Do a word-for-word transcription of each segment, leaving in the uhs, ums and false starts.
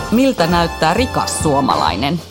Miltä näyttää rikas suomalainen?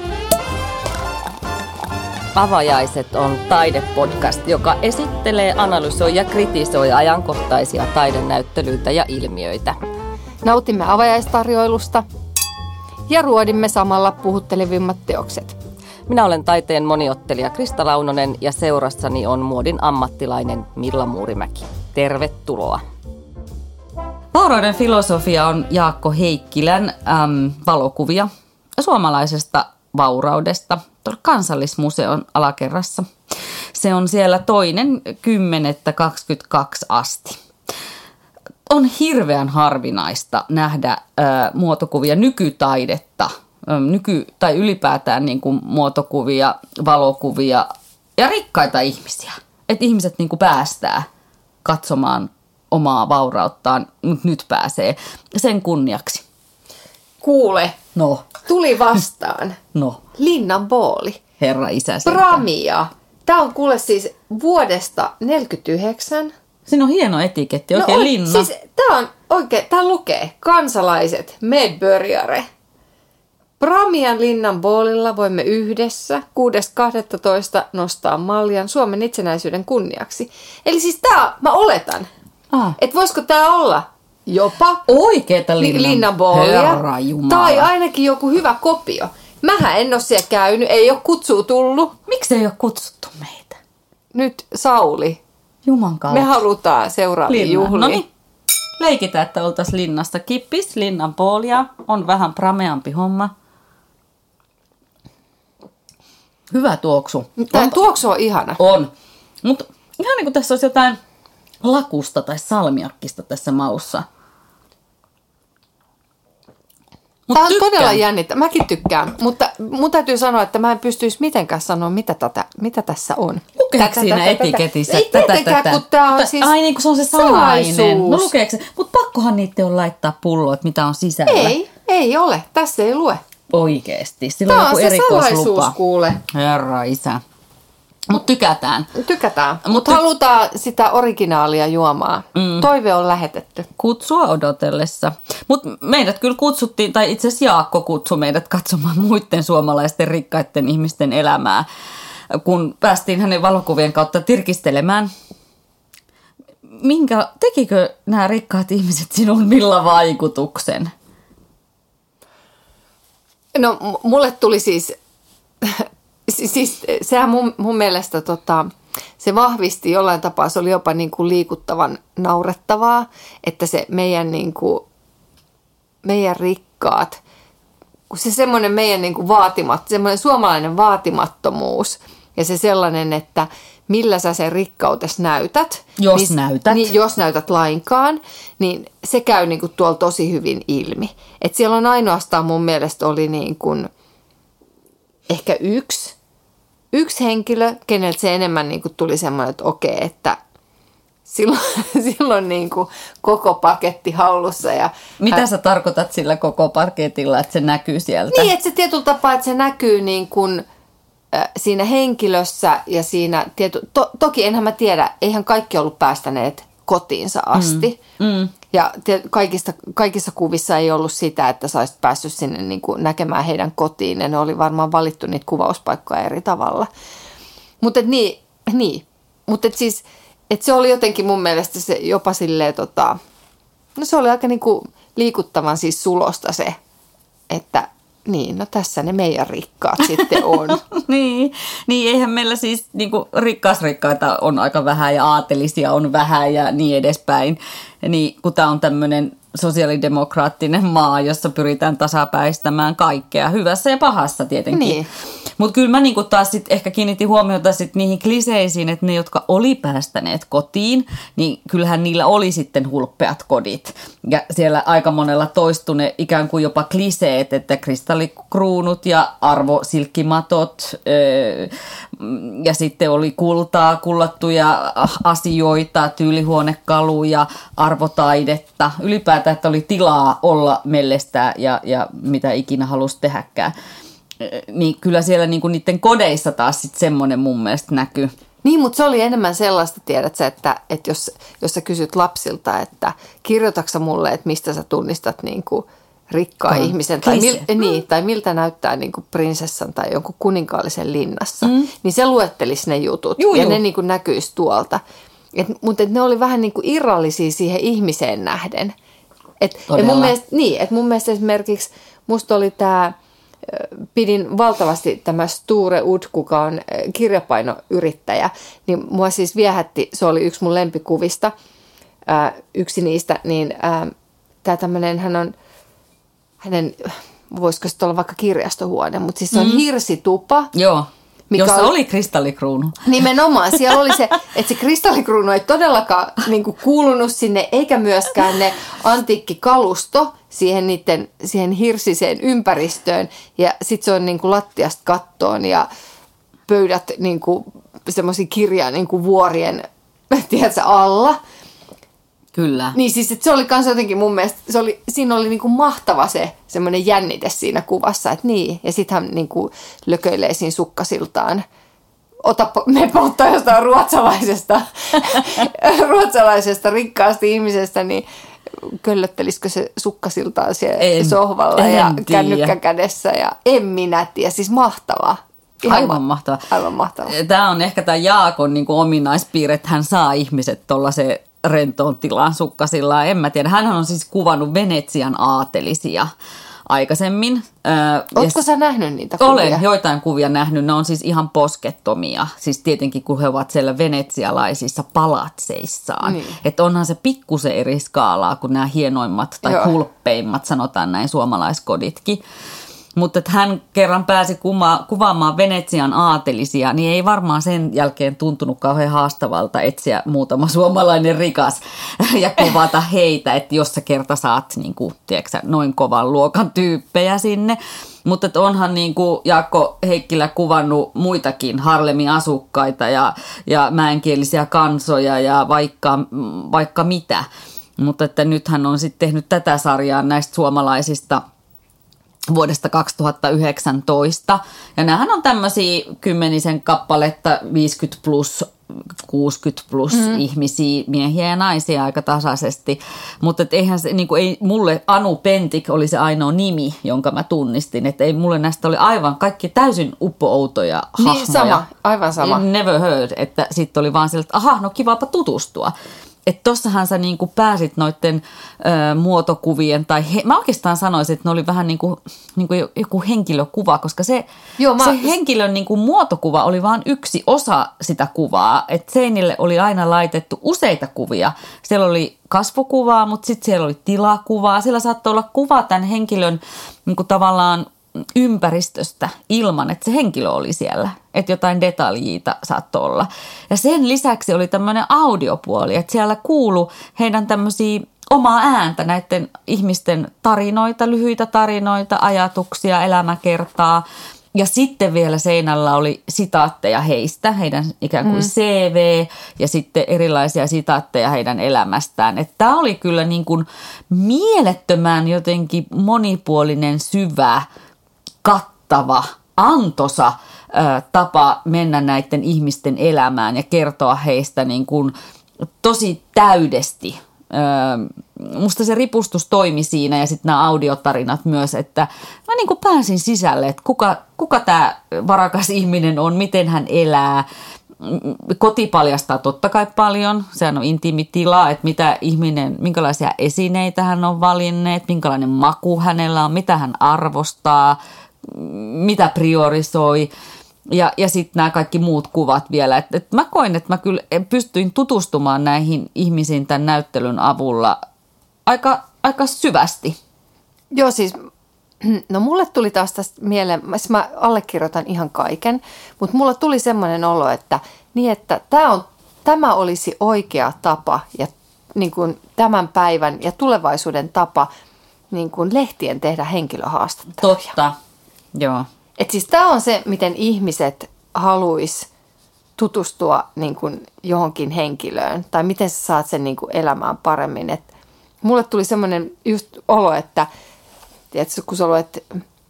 Avajaiset on taidepodcast, joka esittelee, analysoi ja kritisoi ajankohtaisia taidenäyttelyitä ja ilmiöitä. Nautimme avajaistarjoilusta ja ruodimme samalla puhuttelevimmat teokset. Minä olen taiteen moniottelija Krista Launonen ja seurassani on muodin ammattilainen Milla Muurimäki. Tervetuloa. Vaurauden filosofia on Jaakko Heikkilän äm, valokuvia suomalaisesta vauraudesta Kansallismuseon alakerrassa. Se on siellä toinen kymmenettä kaksikymmentäkaksi asti. On hirveän harvinaista nähdä ä, muotokuvia nykytaidetta, ä, nyky, tai ylipäätään niin kuin muotokuvia, valokuvia ja rikkaita ihmisiä. Että ihmiset niin kuin päästää katsomaan omaa vaurauttaan, mutta nyt pääsee sen kunniaksi. Kuule, no. tuli vastaan. No. Linnanbooli. Herra isä. Bramia. Tämä on kuule siis vuodesta neljäkymmentäyhdeksän. Siinä on hieno etiketti, oikein no, linna. Siis tämä on oikein, tämä lukee kansalaiset, medbörjare. Bramian linnanboolilla voimme yhdessä kuudes kahdestoista nostaa maljan Suomen itsenäisyyden kunniaksi. Eli siis tämä, mä oletan, ah. että voisiko tämä olla jopa oikeeta linnan, linnanboolia Herra Jumala. Tai ainakin joku hyvä kopio. Mähän en ole siellä käynyt, ei ole kutsua tullut. Miksi ei ole kutsuttu meitä? Nyt Sauli. Juman kautta. Me halutaan seuraavia juhlia. No niin, leikitään, että oltaisiin linnasta kippis, linnanboolia. On vähän prameampi homma. Hyvä tuoksu. Tämä on, tuoksu on ihana. On. Mutta ihan niin kuin tässä olisi jotain lakusta tai salmiakkista tässä maussa. Mut Tämä on tykkään. todella jännittävää. Mäkin tykkään. Mutta mun täytyy sanoa, että mä en pystyisi mitenkään sanoa, mitä, tätä, mitä tässä on. Lukeeko siinä etiketissä? Ei tietenkään, kun tämä on siis ai niin kuin se on se salainen. salaisuus. No lukeeko se? Mutta pakkohan niitä on laittaa pulloa, että mitä on sisällä. Ei, ei ole. Tässä ei lue. Oikeesti. Sillä tämä on on joku se erikoislupa. salaisuus, kuule. Herra isä. Mutta tykätään. Tykätään. Mutta Mut Mut halutaan sitä originaalia juomaa. Mm. Toive on lähetetty. Kutsua odotellessa. Mutta meidät kyllä kutsuttiin, tai itse asiassa Jaakko kutsui meidät katsomaan muiden suomalaisten rikkaiden ihmisten elämää, kun päästiin hänen valokuvien kautta tirkistelemään. Minkä, tekikö nämä rikkaat ihmiset sinulle millä vaikutuksen? No mulle tuli siis... Siis sehän mun, mun mielestä tota, se vahvisti jollain tapaa, se oli jopa niin kuin liikuttavan naurettavaa, että se meidän, niin kuin, meidän rikkaat, kun se semmoinen meidän niin kuin vaatimat, semmoinen suomalainen vaatimattomuus ja se sellainen, että millä sä sen rikkautes näytät. Jos niin, näytät. Niin, jos näytät lainkaan, niin se käy niin kuin tuolla tosi hyvin ilmi. Että siellä on ainoastaan mun mielestä oli niin kuin ehkä yksi. Yksi henkilö, keneltä se enemmän niin kuin tuli semmoinen, että okei, että silloin, silloin niin kuin koko paketti hallussa. Ja mitä hän... sä tarkoitat sillä koko paketilla, että se näkyy sieltä? Niin, että se tietyllä tapaa, että se näkyy niin kuin, äh, siinä henkilössä ja siinä, tiety... to, toki enhän mä tiedä, eihän kaikki ollut päästäneet kotiinsa asti. Mm, mm. Ja kaikista, kaikissa kuvissa ei ollut sitä, että sä olisit päässyt sinne niin kuin näkemään heidän kotiin. Ja ne oli varmaan valittu niitä kuvauspaikkoja eri tavalla. Mutta niin, niin. Mut et siis, et se oli jotenkin mun mielestä se jopa silleen, tota, no se oli aika niin kuin liikuttavan siis sulosta se, että niin, no tässä ne meidän rikkaat sitten on. niin, niin, eihän meillä siis niin kuin rikkaasrikkaita on aika vähän ja aatelisia on vähän ja niin edespäin. Niin, kun tämä on tämmöinen sosiaalidemokraattinen maa, jossa pyritään tasapäistämään kaikkea, hyvässä ja pahassa tietenkin. Niin. Mutta kyllä mä niinku taas sit ehkä kiinnitin huomiota sit niihin kliseisiin, että ne, jotka oli päästäneet kotiin, niin kyllähän niillä oli sitten hulppeat kodit. Ja siellä aika monella toistui ne ikään kuin jopa kliseet, että kristallikruunut ja arvosilkkimatot öö, ja sitten oli kultaa, kullattuja asioita, tyylihuonekaluja, arvotaidetta. Ylipäätään, että oli tilaa olla mellestää ja, ja mitä ikinä halusi tehdäkään. Niin kyllä siellä niinku niiden kodeissa taas sitten semmoinen mun mielestä näkyy. Niin, mutta se oli enemmän sellaista, tiedätkö, että, että jos, jos sä kysyt lapsilta, että kirjoitatko mulle, että mistä sä tunnistat niinku rikkaan Kon- ihmisen, tai, mil, mm. niin, tai miltä näyttää niin kuin prinsessan tai jonkun kuninkaallisen linnassa, mm. niin se luettelisi ne jutut, Juu, ja juu. ne niin kuin näkyisi tuolta. Et, mutta et ne oli vähän niin kuin irrallisia siihen ihmiseen nähden. Et, et mun mielestä, niin, et mun mielestä esimerkiksi musta oli tämä, pidin valtavasti tämä Sture Ud, kuka on kirjapainoyrittäjä, niin mua siis viehätti, se oli yksi mun lempikuvista, ää, yksi niistä, niin tämä tämmöinen, hän on, hänen, voisiko se olla vaikka kirjastohuone, mutta siis se on mm. hirsitupa. Joo. Mikä jossa oli, oli kristallikruunu. Nimenomaan. Siellä oli se, että se kristallikruunu ei todellakaan niin kuin kuulunut sinne, eikä myöskään ne antiikkikalusto siihen, niiden, siihen hirsiseen ympäristöön. Ja sitten se on niin kuin lattiasta kattoon ja pöydät niin kuin semmoisia kirjaa niin kuin vuorien tiedätkö, alla. Kyllä. Niin siis että se oli kans jotenkin mun mielestä, se oli, siinä oli niinku mahtava se semmoinen jännite siinä kuvassa, että niin. Ja sit hän niinku lököilee siinä sukkasiltaan. Ota, me polttaa jostain ruotsalaisesta, ruotsalaisesta rikkaasta ihmisestä, niin köllöttelisikö se sukkasiltaan siellä en, sohvalla en ja tiedä. Kännykkä kädessä. Ja en minä tiedä, siis mahtavaa. Ihan aivan mahtavaa. Aivan mahtavaa. Tämä on ehkä tämä Jaakon niin kuin ominaispiirre, että hän saa ihmiset tuollaiseen rentoon tilaan sukkasillaan. En mä tiedä. Hänhän on siis kuvannut Venetsian aatelisia aikaisemmin. Ootko sä nähnyt niitä kuvia? Olen joitain kuvia nähnyt. Ne on siis ihan poskettomia. Siis tietenkin, kun he ovat siellä venetsialaisissa palatseissaan. Niin. Että onhan se pikkusen eri skaalaa kuin nämä hienoimmat tai Joo. hulppeimmat, sanotaan näin, suomalaiskoditkin. Mutta että hän kerran pääsi kuva- kuvaamaan Venetsian aatelisia, niin ei varmaan sen jälkeen tuntunut kauhean haastavalta etsiä muutama suomalainen rikas ja kuvata heitä, että jos sä kerta saat niin kuin, tiedätkö, noin kovan luokan tyyppejä sinne. Mutta että onhan niin kuin Jaakko Heikkilä kuvannut muitakin Harlemin asukkaita ja, ja mäenkielisiä kansoja ja vaikka, vaikka mitä. Mutta että nyt hän on sitten tehnyt tätä sarjaa näistä suomalaisista vuodesta kaksituhattayhdeksäntoista. Ja näähän on tämmöisiä kymmenisen kappaletta, viisikymmentä plus, kuusikymmentä plus mm. ihmisiä, miehiä ja naisia aika tasaisesti. Mutta eihän se, niin kuin ei, mulle Anu Pentik oli se ainoa nimi, jonka mä tunnistin. Että ei mulle näistä oli aivan kaikki täysin uppo-outoja hahmoja. Niin sama, aivan sama. Never heard, että sitten oli vaan sillä, että aha, no kivaapa tutustua. Että tossahan sä niinku pääsit noiden ö, muotokuvien, tai he, mä oikeastaan sanoisin, että ne oli vähän niinku, niinku joku henkilökuva, koska se, Joo, mä... se henkilön niinku muotokuva oli vain yksi osa sitä kuvaa. Että seinille oli aina laitettu useita kuvia. Siellä oli kasvokuvaa, mutta sitten siellä oli tilakuvaa. Siellä saattoi olla kuva tämän henkilön niinku tavallaan ympäristöstä ilman, että se henkilö oli siellä. Että jotain detaljiita saattoi olla. Ja sen lisäksi oli tämmöinen audiopuoli, että siellä kuului heidän tämmöisiä omaa ääntä, näiden ihmisten tarinoita, lyhyitä tarinoita, ajatuksia, elämäkertaa. Ja sitten vielä seinällä oli sitaatteja heistä, heidän ikään kuin C V ja sitten erilaisia sitaatteja heidän elämästään. Että tämä oli kyllä niin kuin mielettömän jotenkin monipuolinen, syvä, kattava, antoisa ö, tapa mennä näiden ihmisten elämään ja kertoa heistä niin kuin tosi täydesti. Ö, musta se ripustus toimi siinä ja sitten nämä audiotarinat myös, että mä niin kuin pääsin sisälle, että kuka, kuka tämä varakas ihminen on, miten hän elää. Koti paljastaa totta kai paljon, sehän on intiimi tila, että mitä ihminen, minkälaisia esineitä hän on valinneet, minkälainen maku hänellä on, mitä hän arvostaa, mitä priorisoi ja, ja sitten nämä kaikki muut kuvat vielä. Et, et mä koin, että mä kyllä pystyin tutustumaan näihin ihmisiin tämän näyttelyn avulla aika, aika syvästi. Joo siis, no mulle tuli taas tästä mieleen, mä allekirjoitan ihan kaiken, mutta mulle tuli semmoinen olo, että, niin että tämä, on, tämä olisi oikea tapa ja niin kuin tämän päivän ja tulevaisuuden tapa niin kuin lehtien tehdä henkilöhaastatteluja. Totta, joo. Et siis tämä on se, miten ihmiset haluis tutustua niin kuin johonkin henkilöön tai miten sä saat sen niin kuin elämään paremmin. Et mulle tuli semmoinen just olo, että tiedätkö, kun sä luet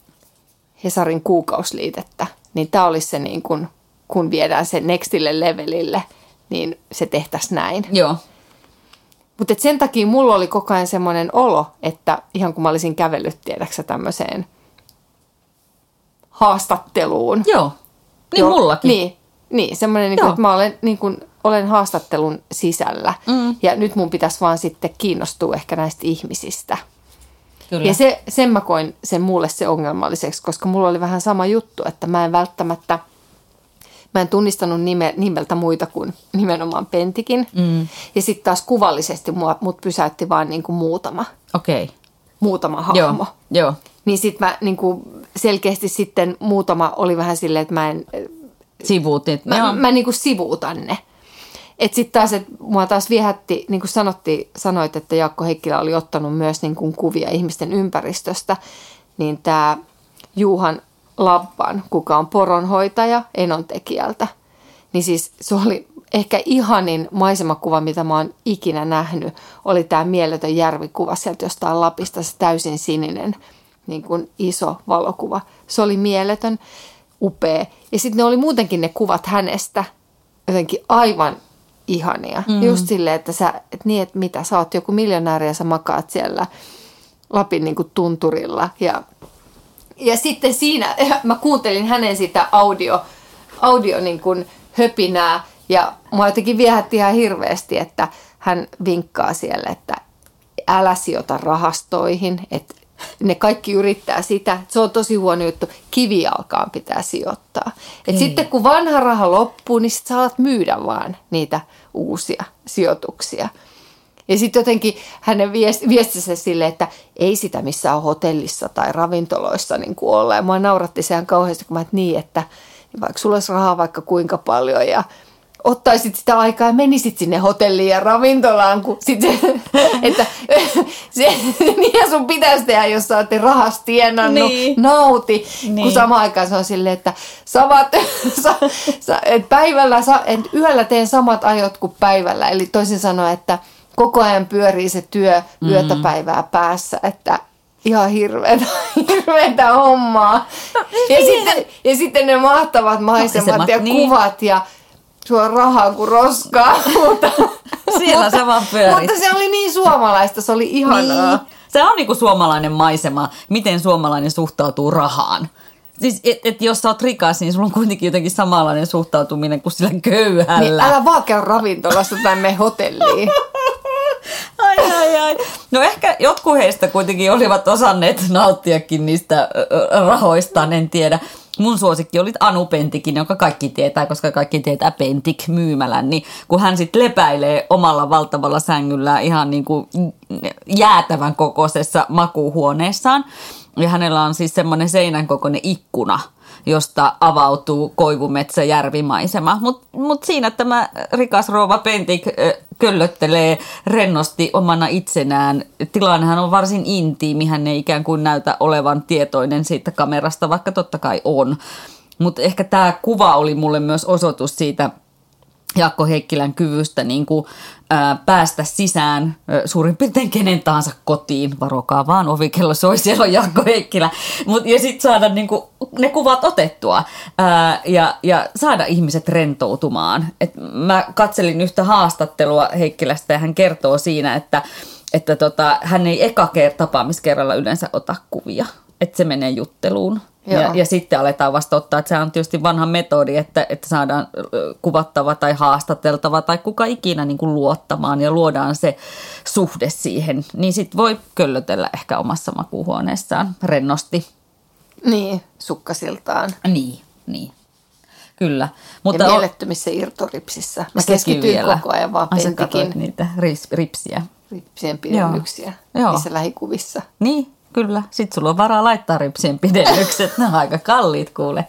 Hesarin kuukausliitettä, niin tämä olisi se niin kuin, kun viedään se nextille levelille, niin se tehtäisiin näin. Joo. Mutta sen takia mulla oli koko ajan semmoinen olo, että ihan kun mä olisin kävellyt tiedäksä tämmöiseen haastatteluun. Joo, niin Joo, mullakin. Niin, niin semmoinen, niin kuin, että mä olen, niin kuin, olen haastattelun sisällä mm. ja nyt mun pitäisi vaan sitten kiinnostua ehkä näistä ihmisistä. Kyllä. Ja se, sen mä koin sen mulle se ongelmalliseksi, koska mulla oli vähän sama juttu, että mä en välttämättä, mä en tunnistanut nime, nimeltä muita kuin nimenomaan Pentikin. Mm. Ja sitten taas kuvallisesti mua, mut pysäytti vaan niin kuin muutama. Okei. Okay. Muutama hahmo. Joo, joo. Niin sitten mä niin kuin selkeästi sitten muutama oli vähän silleen, että mä en... Sivuutit. Mä, mä niin kuin sivuutan ne. Että sitten taas, että mua taas viehätti, niin kuin sanottiin, sanoit, että Jaakko Heikkilä oli ottanut myös niin kuin kuvia ihmisten ympäristöstä, niin tämä Juhan Labban, kuka on poronhoitaja Enontekijältä, niin siis se oli ehkä ihanin maisemakuva, mitä mä oon ikinä nähnyt, oli tämä mieletön järvikuva sieltä jostain Lapista, se täysin sininen, niin kuin iso valokuva. Se oli mieletön, upea. Ja sitten ne oli muutenkin ne kuvat hänestä jotenkin aivan ihania. Mm. Just silleen, että sä, et niin, että mitä, sä oot joku miljonääri ja sä makaat siellä Lapin niin kuin tunturilla. Ja, ja sitten siinä, mä kuuntelin hänen sitä audio, audio niin kuin höpinää ja mua jotenkin viehätti ihan hirveästi, että hän vinkkaa siellä, että älä sijoita rahastoihin, että ne kaikki yrittää sitä. Se on tosi huono juttu. Kivijalkaan pitää sijoittaa. Et sitten kun vanha raha loppuu, niin sit saat myydä vaan niitä uusia sijoituksia. Ja sitten jotenkin hänen viestissä sille, että ei sitä missään hotellissa tai ravintoloissa niin kuin olla. Ja mua nauratti sehän kauheasti, kun mä et niin, että vaikka sulla olisi rahaa vaikka kuinka paljon ja ottaisit sitä aikaa ja menisit sinne hotelliin ja ravintolaan, kun sit se, että se, niin sun pitäisi tehdä, jos sä oot rahasta tienannut, niin. nauti, niin. kun samaan aikaan se on silleen, että samat, sa, sa, et päivällä, sa, et yöllä teen samat ajot kuin päivällä, eli toisin sanoen, että koko ajan pyörii se työ yötä päivää päässä, että ihan hirveätä, hirveätä hommaa. No, ja, sitten, ja sitten ne mahtavat maisemat, maisemat ja niin. kuvat ja sulla on rahaa kuin roskaa, mutta, siellä se vaan pyörii. Mutta se oli niin suomalaista, se oli ihanaa. Niin. Se on niinku suomalainen maisema, miten suomalainen suhtautuu rahaan. Siis, et, et jos sä oot rikas, niin sulla on kuitenkin jotenkin samanlainen suhtautuminen kuin sillä köyhällä. Niin, älä vaan käy ravintolassa tai mene hotelliin. Ai, ai, ai. No ehkä jotkut heistä kuitenkin olivat osanneet nauttiakin niistä rahoistaan, en tiedä. Mun suosikki oli Anu Pentikin, jonka kaikki tietää, koska kaikki tietää Pentik myymälän, niin kun hän sitten lepäilee omalla valtavalla sängyllään ihan niin kuin jäätävän kokoisessa makuuhuoneessaan, ja hänellä on siis semmoinen seinän kokoinen ikkuna, josta avautuu koivumetsä järvimaisema. Mutta mut siinä tämä rikas rouva Pentik köllöttelee rennosti omana itsenään. Tilannehan on varsin intiimi, hän ei ikään kuin näytä olevan tietoinen siitä kamerasta, vaikka totta kai on. Mutta ehkä tämä kuva oli mulle myös osoitus siitä Jaakko Heikkilän kyvystä niin kuin, ää, päästä sisään ä, suurin piirtein kenen tahansa kotiin. Varokaa vaan, ovikello soi, siellä on Jaakko Heikkilä. Mut, ja sitten saada niin kuin, ne kuvat otettua ää, ja, ja saada ihmiset rentoutumaan. Et mä katselin yhtä haastattelua Heikkilästä ja hän kertoo siinä, että, että tota, hän ei eka tapaamiskerralla yleensä ota kuvia. Että se menee jutteluun. Ja, ja sitten aletaan vasta ottaa, että se on tietysti vanha metodi, että, että saadaan kuvattava tai haastateltava tai kuka ikinä niin kuin luottamaan ja luodaan se suhde siihen. Niin sitten voi köllötellä ehkä omassa makuuhuoneessaan rennosti. Niin, sukkasiltaan. Niin, niin. Kyllä. Mutta ja mielettömissä irtoripsissä. Mä keskityin koko ajan vaan Pentikin. Niitä ripsiä. Ripsien pidennyksiä niissä lähikuvissa. Niin. Kyllä, sit sulla on varaa laittaa ripsien pidennykset, ne on aika kalliit kuule.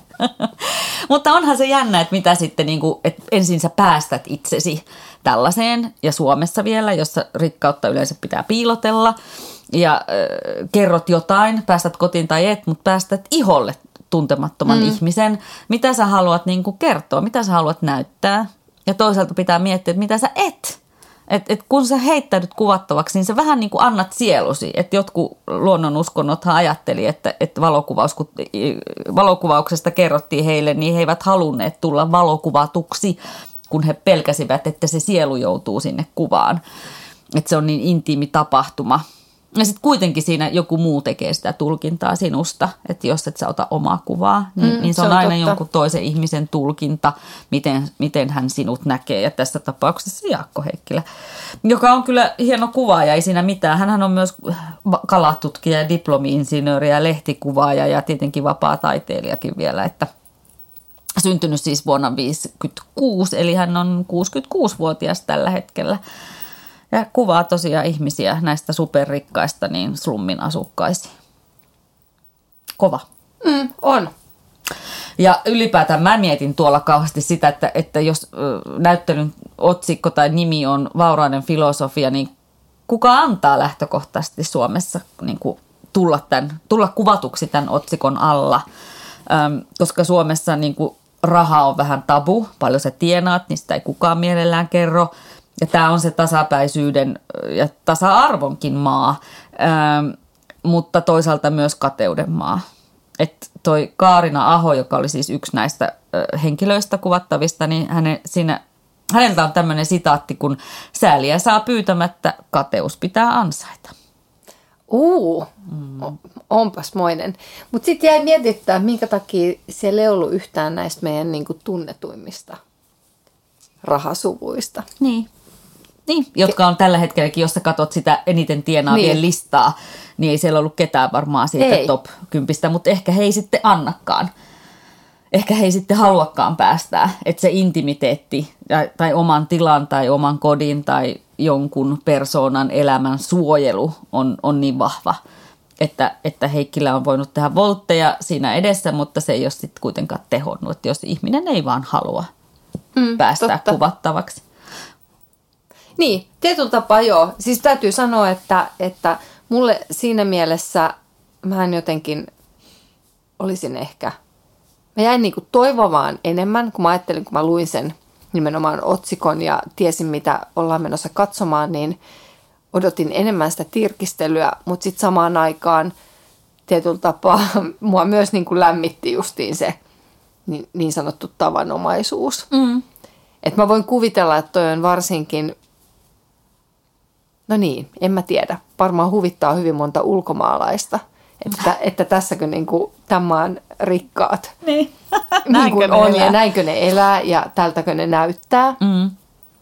Mutta onhan se jännä, että mitä sitten, niin kuin, että ensin sä päästät itsesi tällaiseen, ja Suomessa vielä, jossa rikkautta yleensä pitää piilotella, ja äh, kerrot jotain, päästät kotiin tai et, mutta päästät iholle tuntemattoman mm. ihmisen, mitä sä haluat niin kuin kertoa, mitä sä haluat näyttää, ja toisaalta pitää miettiä, että mitä sä et. Että et kun sä heittäydyt kuvattavaksi, niin sä vähän niin kuin annat sielusi. Että jotkut luonnonuskonnothan ajatteli, että, että valokuvaus, kun valokuvauksesta kerrottiin heille, niin he eivät halunneet tulla valokuvatuksi, kun he pelkäsivät, että se sielu joutuu sinne kuvaan. että se on niin intiimi tapahtuma. Ja sitten kuitenkin siinä joku muu tekee sitä tulkintaa sinusta, että jos et sä ota omaa kuvaa, niin, mm, niin se on, se on aina totta. Jonkun toisen ihmisen tulkinta, miten, miten hän sinut näkee. Ja tässä tapauksessa Jaakko Heikkilä, joka on kyllä hieno kuvaaja, ei siinä mitään. Hänhän on myös kalatutkija, diplomi-insinööri ja lehtikuvaaja ja tietenkin vapaa-taiteilijakin vielä, että syntynyt siis vuonna viisikymmentäkuusi, eli hän on kuusikymmentäkuusivuotias tällä hetkellä. Ja kuvaa tosiaan ihmisiä näistä superrikkaista niin slummin asukkaisiin. Kova. Mm, on. Ja ylipäätään mä mietin tuolla kauheasti sitä, että, että jos näyttelyn otsikko tai nimi on Vaurauden filosofia, niin kuka antaa lähtökohtaisesti Suomessa niin kuin tulla, tämän, tulla kuvatuksi tämän otsikon alla? Ähm, koska Suomessa niin kuin raha on vähän tabu, paljon sä tienaat, niin sitä ei kukaan mielellään kerro. Ja tämä on se tasapäisyyden ja tasa-arvonkin maa, ähm, mutta toisaalta myös kateuden maa. Että toi Kaarina Aho, joka oli siis yksi näistä äh, henkilöistä kuvattavista, niin hänen, siinä, häneltä on tämmöinen sitaatti, kun sääliä saa pyytämättä, kateus pitää ansaita. Uu, mm. onpas moinen. Mutta sitten jäi mietittää, minkä takia siellä ei ollut yhtään näistä meidän niinku tunnetuimmista rahasuvuista. Niin. Niin, jotka on tällä hetkelläkin, jos sä katsot sitä eniten tienaavien niin. listaa, niin ei siellä ollut ketään varmaan siitä ei. top kympistä, mutta ehkä he ei sitten annakaan. Ehkä he ei sitten haluakaan päästää, että se intimiteetti tai, tai oman tilan tai oman kodin tai jonkun persoonan elämän suojelu on, on niin vahva, että, että Heikkilä on voinut tehdä voltteja siinä edessä, mutta se ei ole sitten kuitenkaan tehonnut, että jos ihminen ei vaan halua mm, päästää totta. kuvattavaksi. Niin, tietyllä tapaa joo. Siis täytyy sanoa, että, että mulle siinä mielessä mä jotenkin olisin ehkä, mä jäin niinku toivomaan enemmän, kun mä ajattelin, kun mä luin sen nimenomaan otsikon ja tiesin, mitä ollaan menossa katsomaan, niin odotin enemmän sitä tirkistelyä, mutta sitten samaan aikaan tietyllä tapaa mua myös niinku lämmitti justiin se niin, niin sanottu tavanomaisuus. Mm. Että mä voin kuvitella, että toi on varsinkin, no niin, en mä tiedä. Varmaan huvittaa hyvin monta ulkomaalaista, että, että tässäkö niin kuin tämän maan rikkaat niin. niin kuin on elää. Ja näinkö ne elää ja tältäkö ne näyttää. Mm.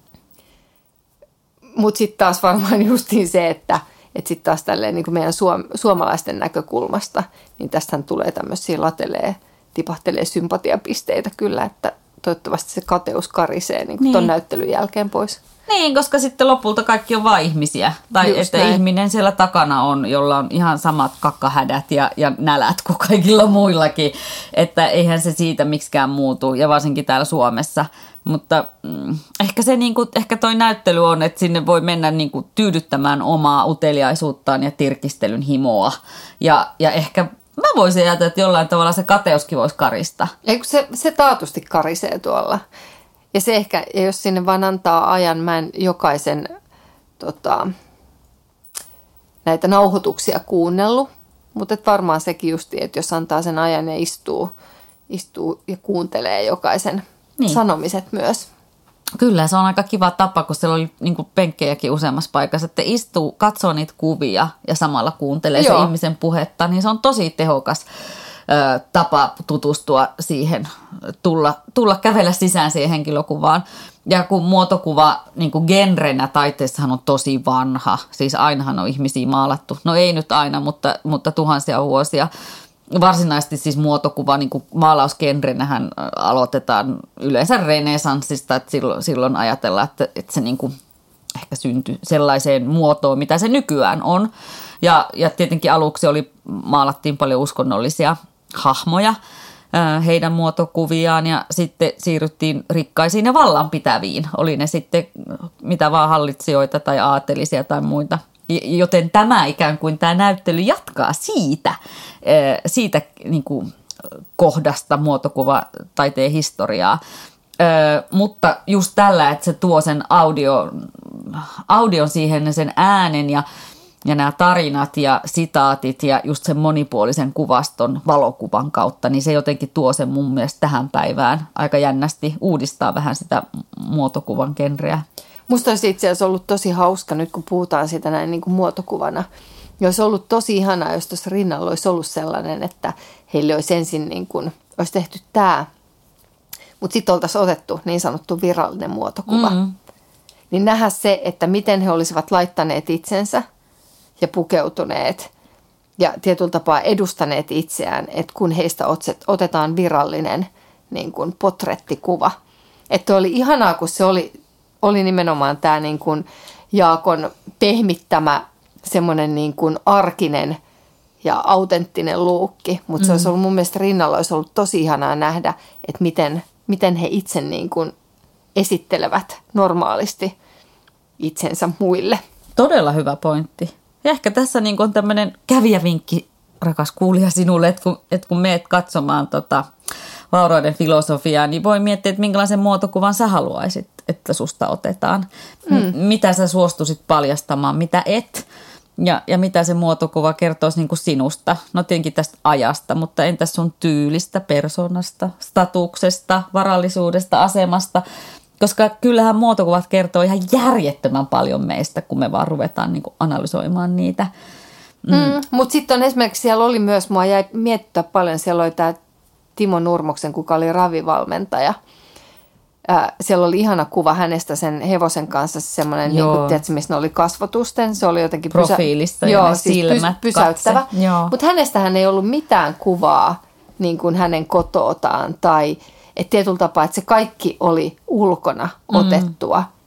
Mutta sitten taas varmaan justiin se, että et sitten taas tälleen niin kuin meidän suom- suomalaisten näkökulmasta, niin tästähän tulee tämmöisiä latelee, tipahtelee sympatiapisteitä kyllä, että toivottavasti se kateus karisee niin niin. ton näyttelyn jälkeen pois. Niin, koska sitten lopulta kaikki on vain ihmisiä. Tai just että näin. Ihminen siellä takana on, jolla on ihan samat kakkahädät ja, ja nälät kuin kaikilla muillakin. Että eihän se siitä miksikään muutu, ja varsinkin täällä Suomessa. Mutta mm, ehkä, se, niin kuin, ehkä toi näyttely on, että sinne voi mennä niin kuin, tyydyttämään omaa uteliaisuuttaan ja tirkistelyn himoa. Ja, ja ehkä mä voisin ajatella, että jollain tavalla se kateuskin voisi karista. Eikö se, se taatusti karisee tuolla. Ja se ehkä, jos sinne vaan antaa ajan, mä en jokaisen tota, näitä nauhoituksia kuunnellut, mutta et varmaan sekin justi, että jos antaa sen ajan ja istuu, istuu ja kuuntelee jokaisen niin. sanomiset myös. Kyllä, se on aika kiva tapa, kun siellä oli niin kuin penkkejäkin useammassa paikassa, että istuu, katsoo niitä kuvia ja samalla kuuntelee Joo. se ihmisen puhetta, niin se on tosi tehokas ö, tapa tutustua siihen, tulla, tulla kävellä sisään siihen henkilökuvaan. Ja kun muotokuva niin kuin genrenä taiteessahan on tosi vanha, siis ainahan on ihmisiä maalattu, no ei nyt aina, mutta, mutta tuhansia vuosia. Varsinaisesti siis muotokuva, niin kuin maalausgenrenähän aloitetaan yleensä renesanssista, että silloin, silloin ajatellaan, että, että se niin kuin ehkä syntyi sellaiseen muotoon, mitä se nykyään on. Ja, ja tietenkin aluksi oli, maalattiin paljon uskonnollisia hahmoja, heidän muotokuviaan, ja sitten siirryttiin rikkaisiin ja vallanpitäviin. Oli ne sitten mitä vaan hallitsijoita tai aatelisia tai muita. Joten tämä ikään kuin tämä näyttely jatkaa siitä, siitä niin kuin kohdasta muotokuvataiteen historiaa. Mutta just tällä, että se tuo sen audio, audion siihen, sen äänen ja, ja nämä tarinat ja sitaatit ja just sen monipuolisen kuvaston valokuvan kautta, niin se jotenkin tuo sen mun mielestä tähän päivään aika jännästi, uudistaa vähän sitä muotokuvan genreä. Musta olisi itse asiassa ollut tosi hauska nyt, kun puhutaan siitä näin niin kuin muotokuvana. Ja olisi ollut tosi ihanaa, jos tuossa rinnalla olisi ollut sellainen, että heille olisi ensin niin kuin, olisi tehty tämä, mutta sitten oltaisiin otettu niin sanottu virallinen muotokuva. Mm. Niin nähdä se, että miten he olisivat laittaneet itsensä ja pukeutuneet ja tietyllä tapaa edustaneet itseään, että kun heistä otetaan virallinen niin kuin potrettikuva. Että oli ihanaa, kun se oli, oli nimenomaan tämä niin kuin Jaakon pehmittämä semmoinen niin kuin arkinen ja autenttinen luukki. Mutta mm. se olisi ollut mun mielestä rinnalla olisi ollut tosi ihanaa nähdä, että miten, miten he itse niin kuin esittelevät normaalisti itsensä muille. Todella hyvä pointti. Ja ehkä tässä niin kuin on tämmöinen kävijävinkki, rakas kuulija sinulle, että kun, että kun meet katsomaan tota vaurauden filosofiaa, niin voi miettiä, että minkälaisen muotokuvan sä haluaisit, että susta otetaan. Mm. Mitä sä suostuisit paljastamaan, mitä et. Ja, ja mitä se muotokuva kertoisi niin kuin sinusta. No tietenkin tästä ajasta, mutta entäs sun tyylistä, persoonasta, statuksesta, varallisuudesta, asemasta. Koska kyllähän muotokuvat kertoo ihan järjettömän paljon meistä, kun me vaan ruvetaan niin kuin analysoimaan niitä. Mm. Mm, mutta sitten on esimerkiksi, siellä oli myös, mua jäi miettiä paljon, siellä oli tämä Timo Nurmoksen, kuka oli ravivalmentaja. Äh, siellä oli ihana kuva hänestä sen hevosen kanssa, semmoinen, niin kuin, tiedätkö, missä ne oli kasvotusten. Se oli jotenkin pysä... profiilista ja joo, siis silmät, pys- pysäyttävä. Mutta hänestähän ei ollut mitään kuvaa niin kuin hänen kotootaan tai että tietyllä tapaa, että se kaikki oli ulkona otettua. Mm.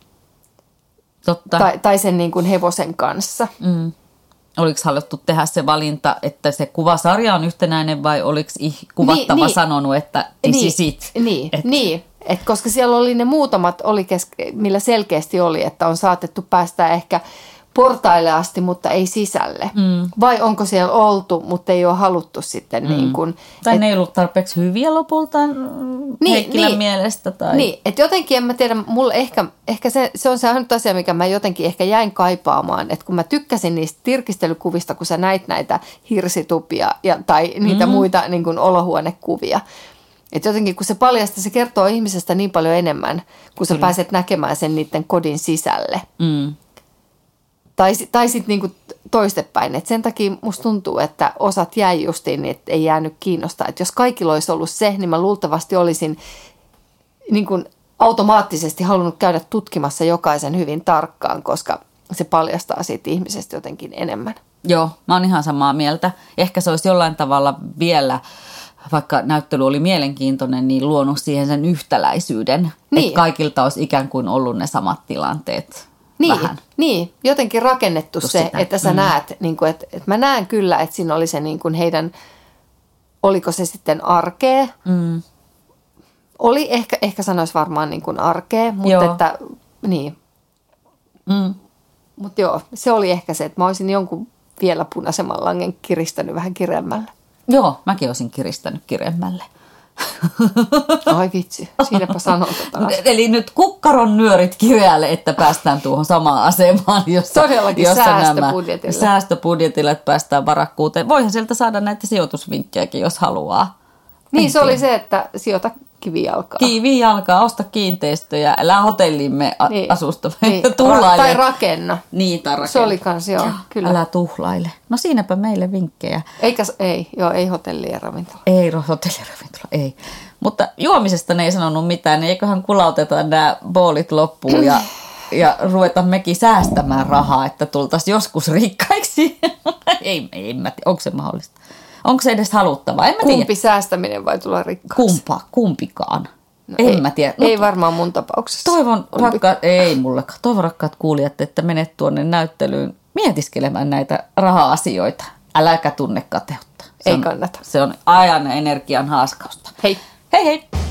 Totta. Tai, tai sen niin kuin hevosen kanssa. Mm. Oliko haluttu tehdä se valinta, että se kuvasarja on yhtenäinen vai oliko kuvattava niin, sanonut, että this is it? Niin, et. niin. Et koska siellä oli ne muutamat, oli keske, millä selkeästi oli, että on saatettu päästä ehkä portaille asti, mutta ei sisälle. Mm. Vai onko siellä oltu, mutta ei ole haluttu sitten. Mm. Niin kuin, tai et, ne ei ollut tarpeeksi hyviä lopulta niin, Heikkilän niin, mielestä. Tai... Niin, että jotenkin en mä tiedä, mulla ehkä, ehkä se, se on se ainut asia, mikä mä jotenkin ehkä jäin kaipaamaan. Että kun mä tykkäsin niistä tirkistelykuvista, kun sä näit näitä hirsitupia ja, tai niitä mm. muita niin kuin olohuonekuvia. Että jotenkin kun se paljastaa, se kertoo ihmisestä niin paljon enemmän, kun sä Kyllä. pääset näkemään sen niiden kodin sisälle. Mm. Tai, tai sitten niinku toistepäin. Et sen takia musta tuntuu, että osat jäi justiin, niin että ei jäänyt kiinnostaa. Et jos kaikilla olisi ollut se, niin mä luultavasti olisin niinku automaattisesti halunnut käydä tutkimassa jokaisen hyvin tarkkaan, koska se paljastaa siitä ihmisestä jotenkin enemmän. Joo, mä oon ihan samaa mieltä. Ehkä se olisi jollain tavalla vielä, vaikka näyttely oli mielenkiintoinen, niin luonut siihen sen yhtäläisyyden. Niin. Että kaikilta olisi ikään kuin ollut ne samat tilanteet. Niin, niin, jotenkin rakennettu Tus se, sitä. Että sä mm. näet, niin kuin, että, että mä näen kyllä, että siinä oli se niin kuin heidän, oliko se sitten arkea, mm. oli ehkä, ehkä sanoisi varmaan niin kuin arkea, mutta joo. että niin, mm. mutta joo, se oli ehkä se, että mä olisin jonkun vielä punaisemman langen kiristänyt vähän kireemmälle. Joo, mäkin olisin kiristänyt kireemmälle. Ai vitsi, siinäpä sanota taas. Eli nyt kukkaron nyörit kireälle, että päästään tuohon samaan asemaan, jossa, todellakin jossa säästöbudjetilla. Nämä, säästöbudjetilla, että päästään varakkuuteen. Voihan sieltä saada näitä sijoitusvinkkejäkin, jos haluaa. Niin, en se tiedä. Oli se, että sijoita kivijalkaa. Kivijalkaa, osta kiinteistöjä, älä hotellimme a- niin. asusta. Niin. Ra- tai rakenna. Niin, tai rakenna. Se oli kans, joo, kyllä. Älä tuhlaile. No siinäpä meille vinkkejä. Eikä, ei, joo, ei hotelli ja ravintola. Ei hotelli ja ravintola, ei. Mutta juomisesta ne ei sanonut mitään, niin eiköhän kulauteta nämä boolit loppuun ja, ja ruveta mekin säästämään rahaa, että tultaisiin joskus rikkaiksi. ei, ei, en mä tiedä, onko se mahdollista. Onko se edes haluttavaa? En mä Kumpi tiedä. säästäminen vai tulla rikkaaksi? Kumpa, kumpikaan. No en ei, mä tiedä. Ei varmaan mun tapauksessa. Toivon, rakkaat, ei mullekaan. Toivon rakkaat kuulijat, että menet tuonne näyttelyyn mietiskelemään näitä raha-asioita. Äläkä tunne kateutta. Ei on, kannata. Se on ajan energian haaskausta. Hei. Hei hei.